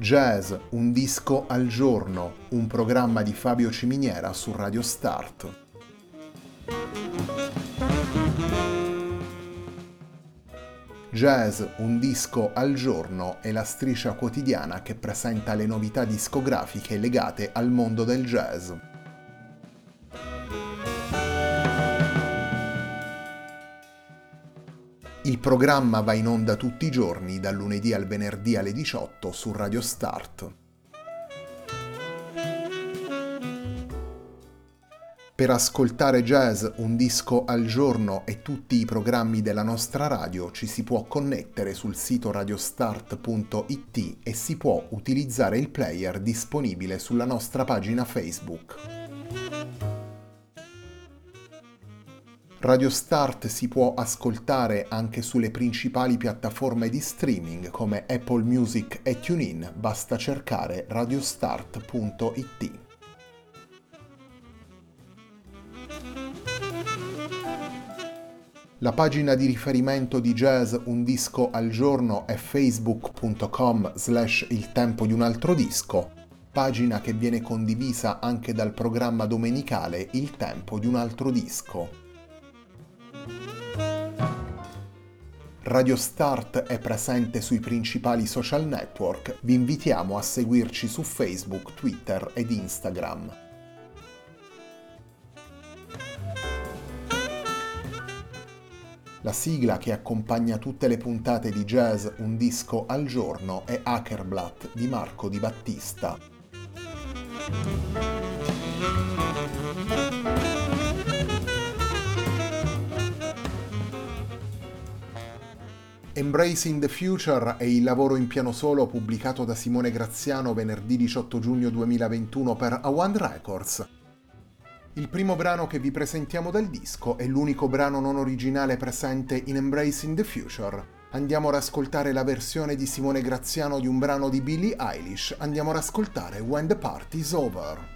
Jazz, un disco al giorno, un programma di Fabio Ciminiera su Radio Start. Jazz, un disco al giorno è la striscia quotidiana che presenta le novità discografiche legate al mondo del jazz. Il programma va in onda tutti i giorni, dal lunedì al venerdì alle 18 su Radio Start. Per ascoltare Jazz, un disco al giorno e tutti i programmi della nostra radio ci si può connettere sul sito radiostart.it e si può utilizzare il player disponibile sulla nostra pagina Facebook. Radio Start si può ascoltare anche sulle principali piattaforme di streaming come Apple Music e TuneIn, basta cercare radiostart.it. La pagina di riferimento di Jazz Un Disco al Giorno è facebook.com/il tempo di un altro disco, pagina che viene condivisa anche dal programma domenicale Il tempo di un altro disco. Radio Start è presente sui principali social network, vi invitiamo a seguirci su Facebook, Twitter ed Instagram. La sigla che accompagna tutte le puntate di Jazz Un Disco al Giorno è Hackerblatt di Marco Di Battista. Embracing the Future è il lavoro in piano solo pubblicato da Simone Graziano venerdì 18 giugno 2021 per A1 Records. Il primo brano che vi presentiamo dal disco è l'unico brano non originale presente in Embracing the Future. Andiamo ad ascoltare la versione di Simone Graziano di un brano di Billie Eilish. Andiamo ad ascoltare When the Party's Over.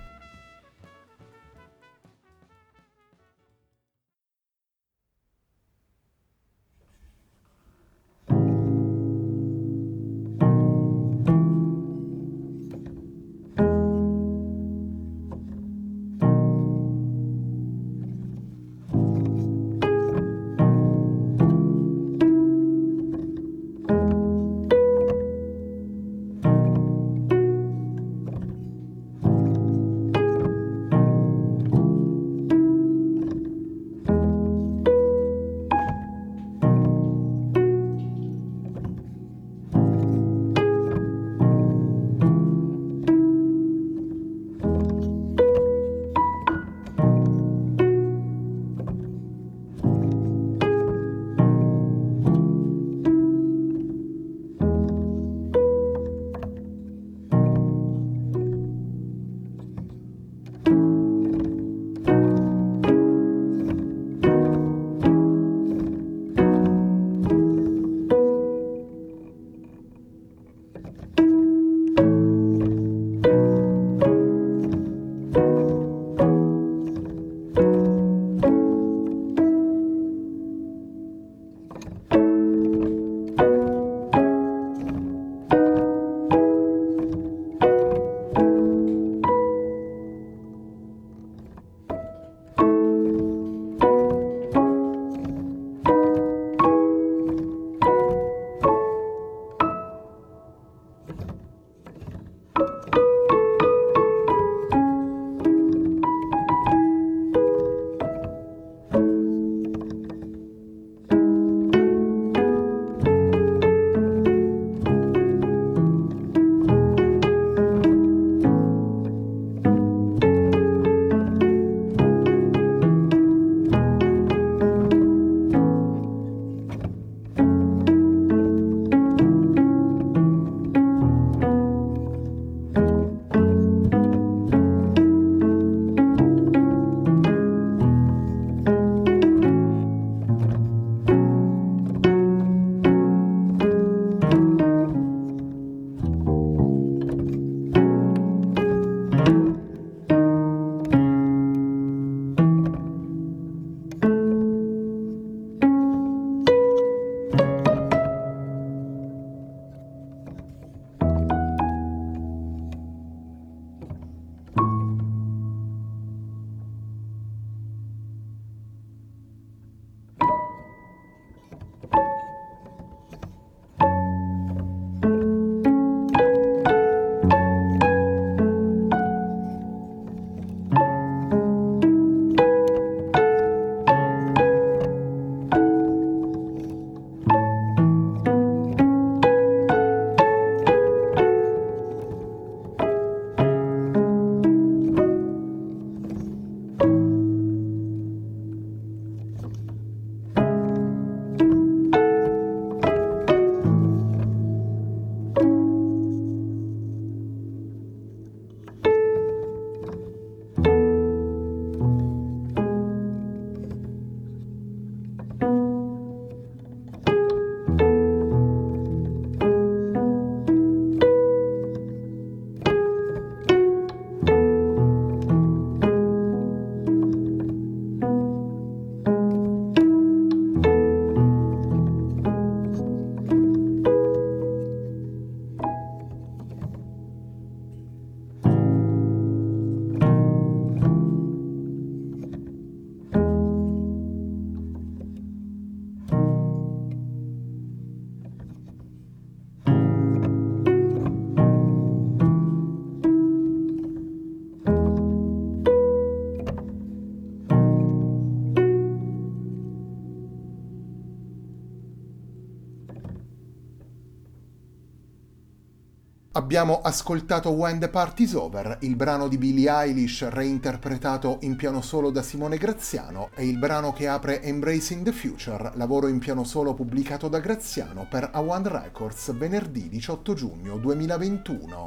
Abbiamo ascoltato When the Party's Over, il brano di Billie Eilish reinterpretato in piano solo da Simone Graziano, e il brano che apre Embracing the Future, lavoro in piano solo pubblicato da Graziano per A1 Records venerdì 18 giugno 2021.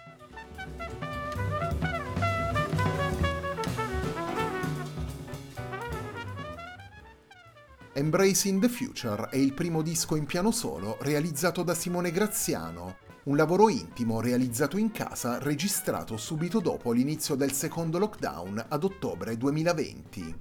Embracing the Future è il primo disco in piano solo realizzato da Simone Graziano, un lavoro intimo realizzato in casa, registrato subito dopo l'inizio del secondo lockdown ad ottobre 2020.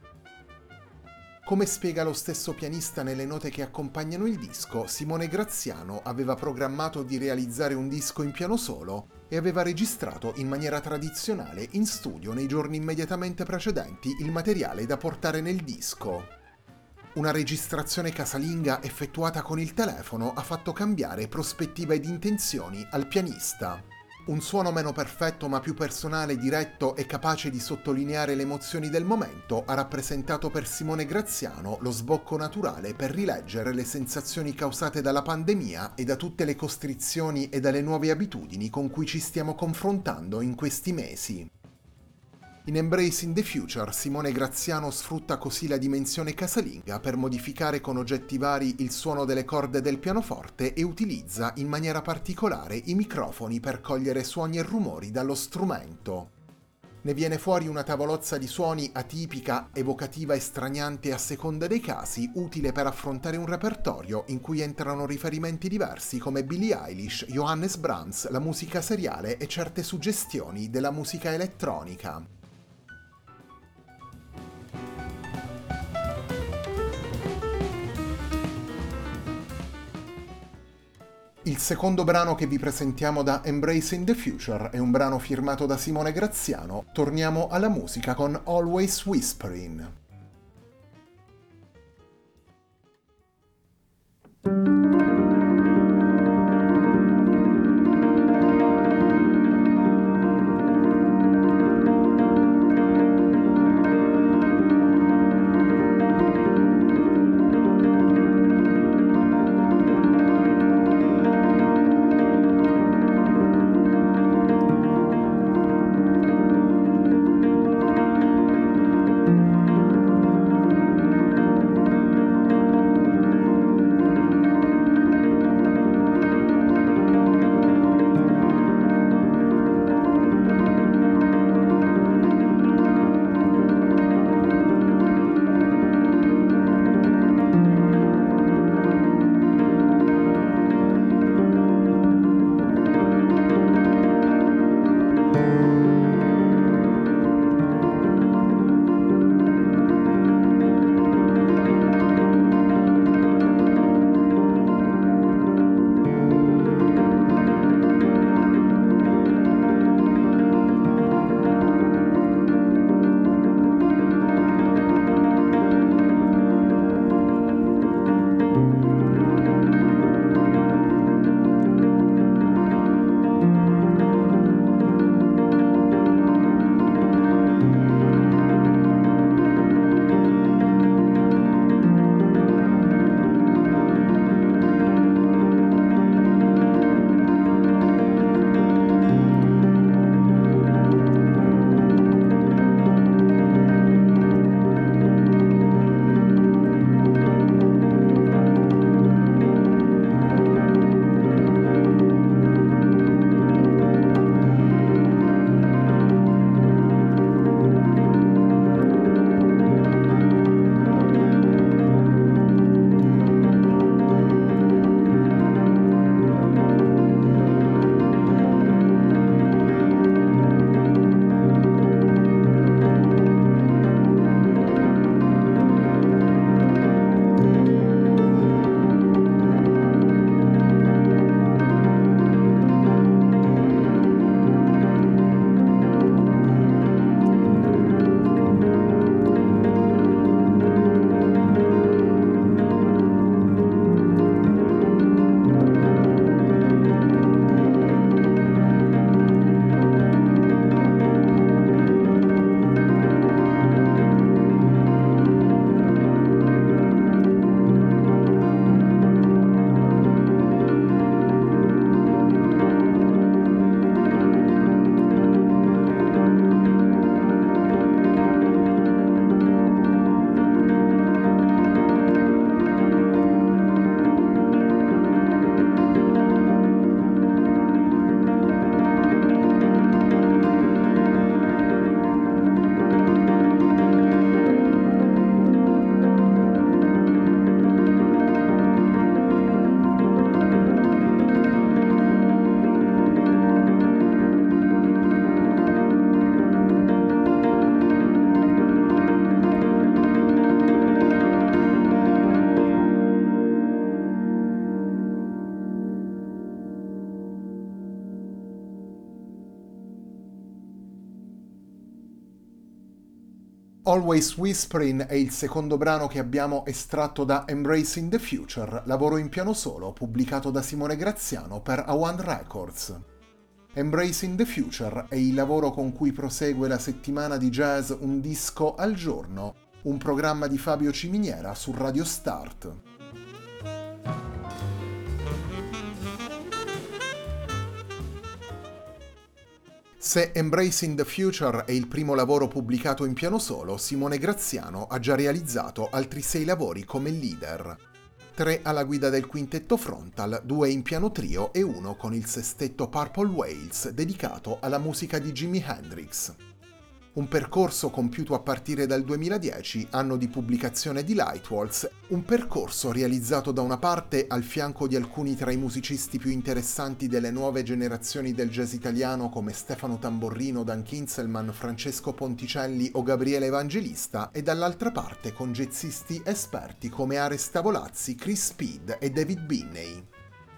Come spiega lo stesso pianista nelle note che accompagnano il disco, Simone Graziano aveva programmato di realizzare un disco in piano solo e aveva registrato in maniera tradizionale in studio nei giorni immediatamente precedenti il materiale da portare nel disco. Una registrazione casalinga effettuata con il telefono ha fatto cambiare prospettiva ed intenzioni al pianista. Un suono meno perfetto ma più personale, diretto e capace di sottolineare le emozioni del momento ha rappresentato per Simone Graziano lo sbocco naturale per rileggere le sensazioni causate dalla pandemia e da tutte le costrizioni e dalle nuove abitudini con cui ci stiamo confrontando in questi mesi. In Embracing the Future, Simone Graziano sfrutta così la dimensione casalinga per modificare con oggetti vari il suono delle corde del pianoforte e utilizza in maniera particolare i microfoni per cogliere suoni e rumori dallo strumento. Ne viene fuori una tavolozza di suoni atipica, evocativa e straniante a seconda dei casi, utile per affrontare un repertorio in cui entrano riferimenti diversi come Billie Eilish, Johannes Brahms, la musica seriale e certe suggestioni della musica elettronica. Il secondo brano che vi presentiamo da Embracing the Future è un brano firmato da Simone Graziano. Torniamo alla musica con Always Whispering. Always Whispering è il secondo brano che abbiamo estratto da Embracing the Future, lavoro in piano solo pubblicato da Simone Graziano per A1 Records. Embracing the Future è il lavoro con cui prosegue la settimana di jazz Un disco al giorno, un programma di Fabio Ciminiera su Radio Start. Se Embracing the Future è il primo lavoro pubblicato in piano solo, Simone Graziano ha già realizzato altri 6 lavori come leader. 3 alla guida del quintetto Frontal, 2 in piano trio e 1 con il sestetto Purple Whales dedicato alla musica di Jimi Hendrix. Un percorso compiuto a partire dal 2010, anno di pubblicazione di Lightwaltz, un percorso realizzato da una parte al fianco di alcuni tra i musicisti più interessanti delle nuove generazioni del jazz italiano come Stefano Tamborrino, Dan Kinzelman, Francesco Ponticelli o Gabriele Evangelista, e dall'altra parte con jazzisti esperti come Ares Tavolazzi, Chris Speed e David Binney.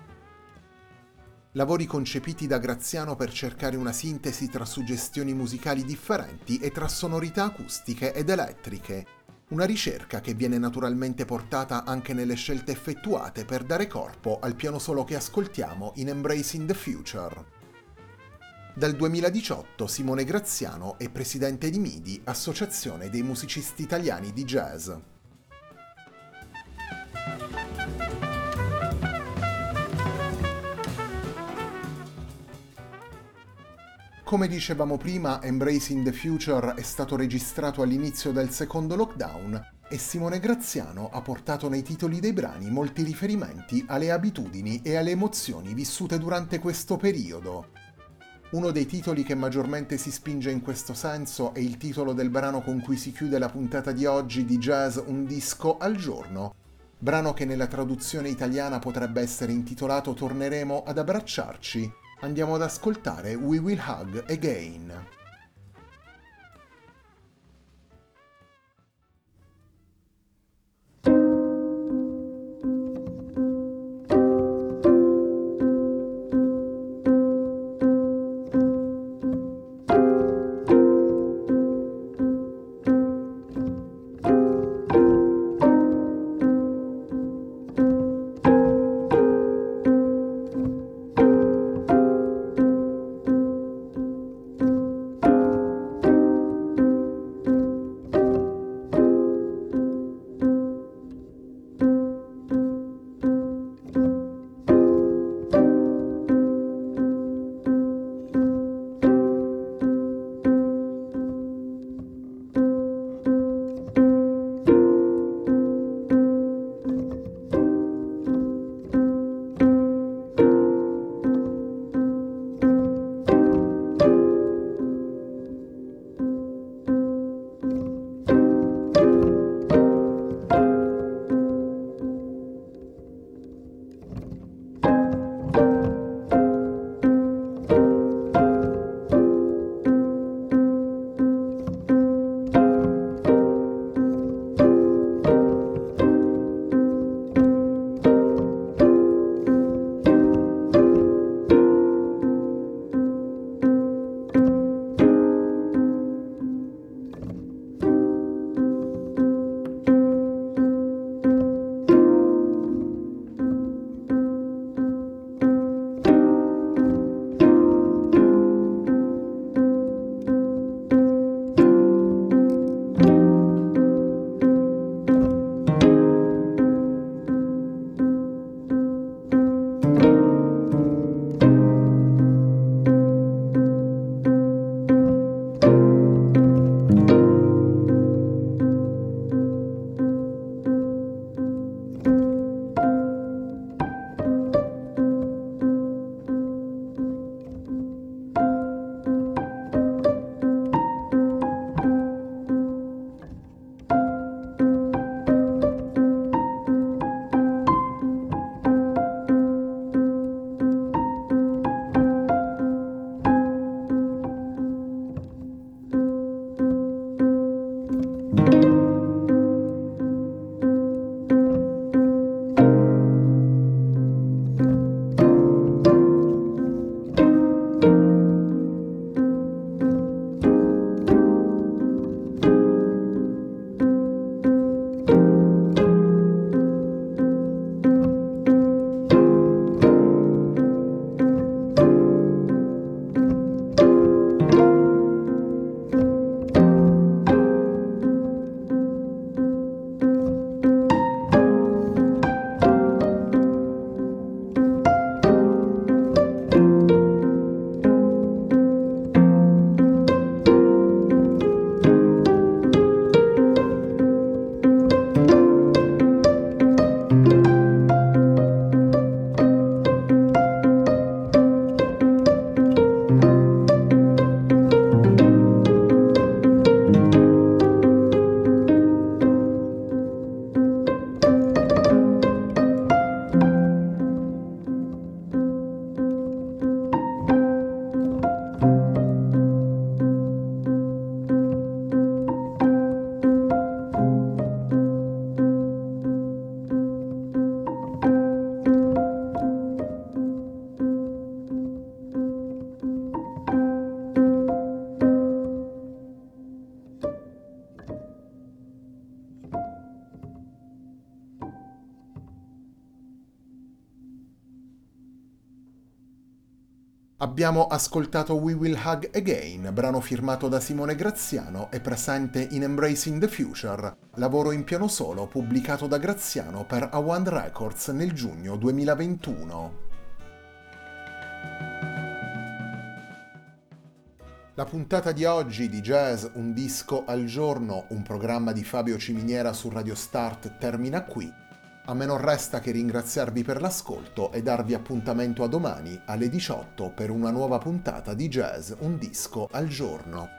Lavori concepiti da Graziano per cercare una sintesi tra suggestioni musicali differenti e tra sonorità acustiche ed elettriche. Una ricerca che viene naturalmente portata anche nelle scelte effettuate per dare corpo al piano solo che ascoltiamo in Embracing the Future. Dal 2018 Simone Graziano è presidente di MIDI, Associazione dei musicisti italiani di jazz. Come dicevamo prima, Embracing the Future è stato registrato all'inizio del secondo lockdown e Simone Graziano ha portato nei titoli dei brani molti riferimenti alle abitudini e alle emozioni vissute durante questo periodo. Uno dei titoli che maggiormente si spinge in questo senso è il titolo del brano con cui si chiude la puntata di oggi di Jazz Un disco al giorno, brano che nella traduzione italiana potrebbe essere intitolato Torneremo ad abbracciarci. Andiamo ad ascoltare We Will Hug Again. Abbiamo ascoltato We Will Hug Again, brano firmato da Simone Graziano e presente in Embracing the Future, lavoro in piano solo pubblicato da Graziano per A1 Records nel giugno 2021. La puntata di oggi di Jazz Un disco al giorno, un programma di Fabio Ciminiera su Radio Start, termina qui. A me non resta che ringraziarvi per l'ascolto e darvi appuntamento a domani alle 18 per una nuova puntata di Jazz Un disco al giorno.